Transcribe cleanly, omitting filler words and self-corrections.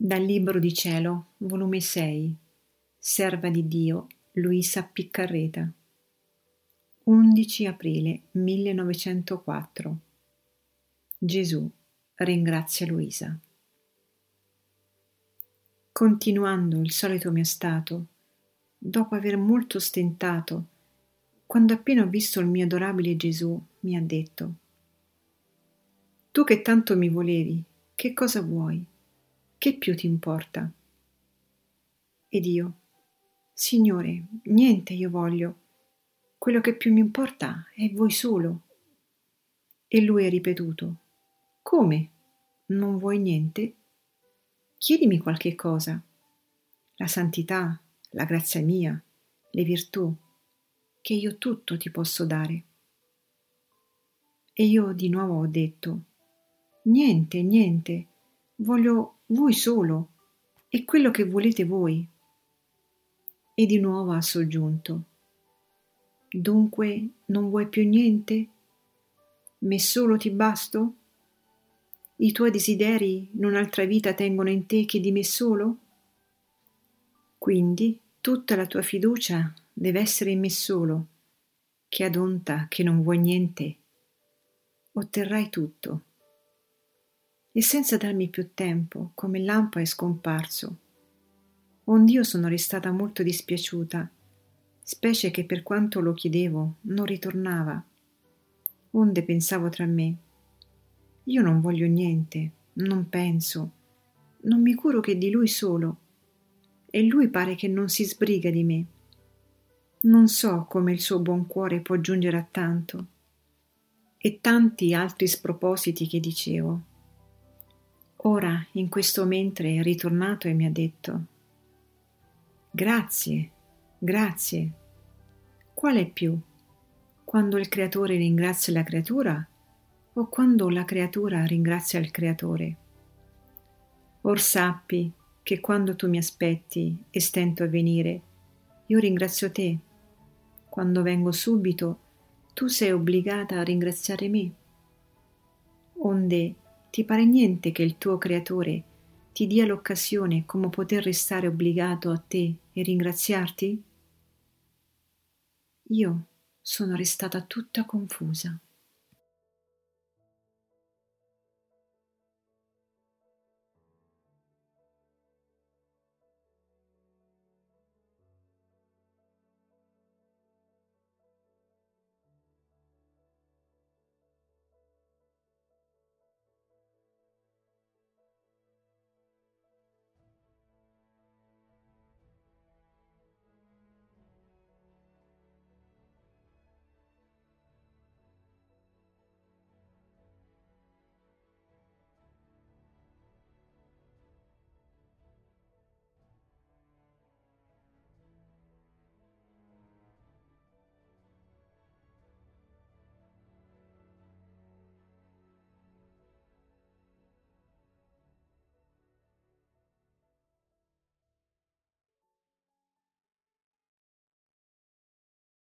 Dal Libro di Cielo, volume 6, Serva di Dio, Luisa Piccarreta. 11 aprile 1904. Gesù ringrazia Luisa. Continuando il solito mio stato, dopo aver molto stentato, quando appena ho visto il mio adorabile Gesù, mi ha detto: «Tu che tanto mi volevi, che cosa vuoi? Che più ti importa?» Ed io: «Signore, niente io voglio, quello che più mi importa è voi solo». E lui ha ripetuto: «Come? Non vuoi niente? Chiedimi qualche cosa, la santità, la grazia mia, le virtù, che io tutto ti posso dare». E io di nuovo ho detto: «Niente, niente, voglio voi solo e quello che volete voi». E di nuovo ha soggiunto: «Dunque non vuoi più niente? Me solo ti basto? I tuoi desideri in un'altra vita tengono in te che di me solo? Quindi tutta la tua fiducia deve essere in me solo, che ad onta che non vuoi niente, otterrai tutto». E senza darmi più tempo, come il lampo è scomparso. Ond'io sono restata molto dispiaciuta, specie che per quanto lo chiedevo non ritornava. Onde pensavo tra me: io non voglio niente, non penso, non mi curo che di lui solo, e lui pare che non si sbriga di me. Non so come il suo buon cuore può giungere a tanto. E tanti altri spropositi che dicevo. Ora, in questo mentre, è ritornato e mi ha detto: «Grazie, grazie. Quale più? Quando il creatore ringrazia la creatura o quando la creatura ringrazia il creatore? Or sappi che quando tu mi aspetti e stento a venire, io ringrazio te. Quando vengo subito, tu sei obbligata a ringraziare me. Onde ti pare niente che il tuo creatore ti dia l'occasione come poter restare obbligato a te e ringraziarti?» Io sono restata tutta confusa.